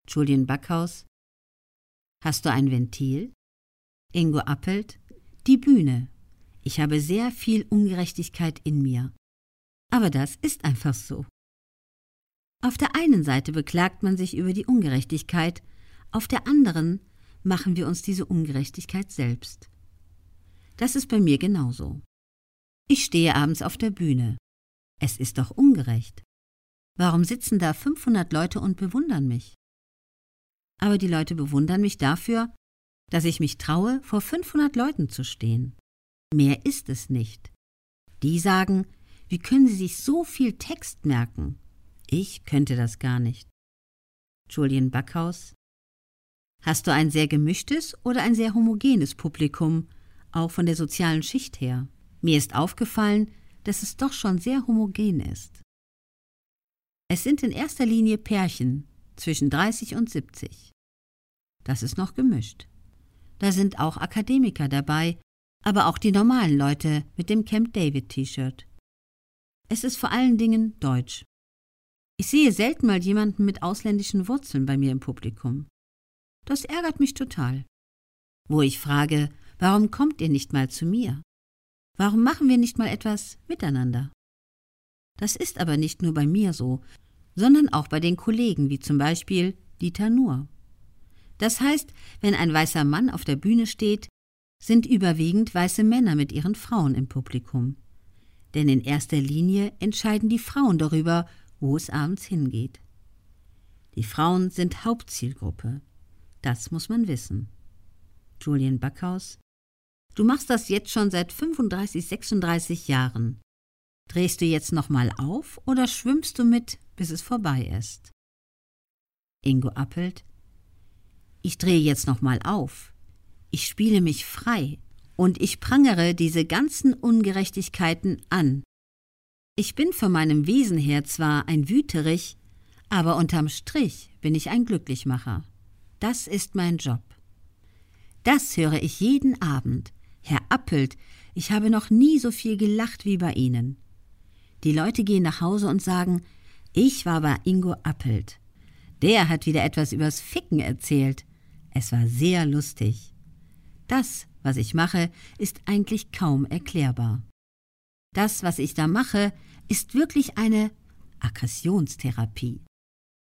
Julian Backhaus: Hast du ein Ventil? Ingo Appelt: Die Bühne. Ich habe sehr viel Ungerechtigkeit in mir. Aber das ist einfach so. Auf der einen Seite beklagt man sich über die Ungerechtigkeit, auf der anderen machen wir uns diese Ungerechtigkeit selbst. Das ist bei mir genauso. Ich stehe abends auf der Bühne. Es ist doch ungerecht. Warum sitzen da 500 Leute und bewundern mich? Aber die Leute bewundern mich dafür, dass ich mich traue, vor 500 Leuten zu stehen. Mehr ist es nicht. Die sagen, wie können Sie sich so viel Text merken? Ich könnte das gar nicht. Julian Backhaus: Hast du ein sehr gemischtes oder ein sehr homogenes Publikum, auch von der sozialen Schicht her? Mir ist aufgefallen, dass es doch schon sehr homogen ist. Es sind in erster Linie Pärchen zwischen 30 und 70. Das ist noch gemischt. Da sind auch Akademiker dabei, aber auch die normalen Leute mit dem Camp David-T-Shirt. Es ist vor allen Dingen deutsch. Ich sehe selten mal jemanden mit ausländischen Wurzeln bei mir im Publikum. Das ärgert mich total. Wo ich frage, warum kommt ihr nicht mal zu mir? Warum machen wir nicht mal etwas miteinander? Das ist aber nicht nur bei mir so, sondern auch bei den Kollegen, wie zum Beispiel Dieter Nuhr. Das heißt, wenn ein weißer Mann auf der Bühne steht, sind überwiegend weiße Männer mit ihren Frauen im Publikum. Denn in erster Linie entscheiden die Frauen darüber, wo es abends hingeht. Die Frauen sind Hauptzielgruppe. Das muss man wissen. Julian Backhaus: Du machst das jetzt schon seit 35, 36 Jahren. Drehst du jetzt nochmal auf oder schwimmst du mit, bis es vorbei ist? Ingo Appelt: Ich drehe jetzt nochmal auf. Ich spiele mich frei und ich prangere diese ganzen Ungerechtigkeiten an. Ich bin von meinem Wesen her zwar ein Wüterich, aber unterm Strich bin ich ein Glücklichmacher. Das ist mein Job. Das höre ich jeden Abend. Herr Appelt, ich habe noch nie so viel gelacht wie bei Ihnen. Die Leute gehen nach Hause und sagen, ich war bei Ingo Appelt. Der hat wieder etwas übers Ficken erzählt. Es war sehr lustig. Das, was ich mache, ist eigentlich kaum erklärbar. Das, was ich da mache, ist wirklich eine Aggressionstherapie.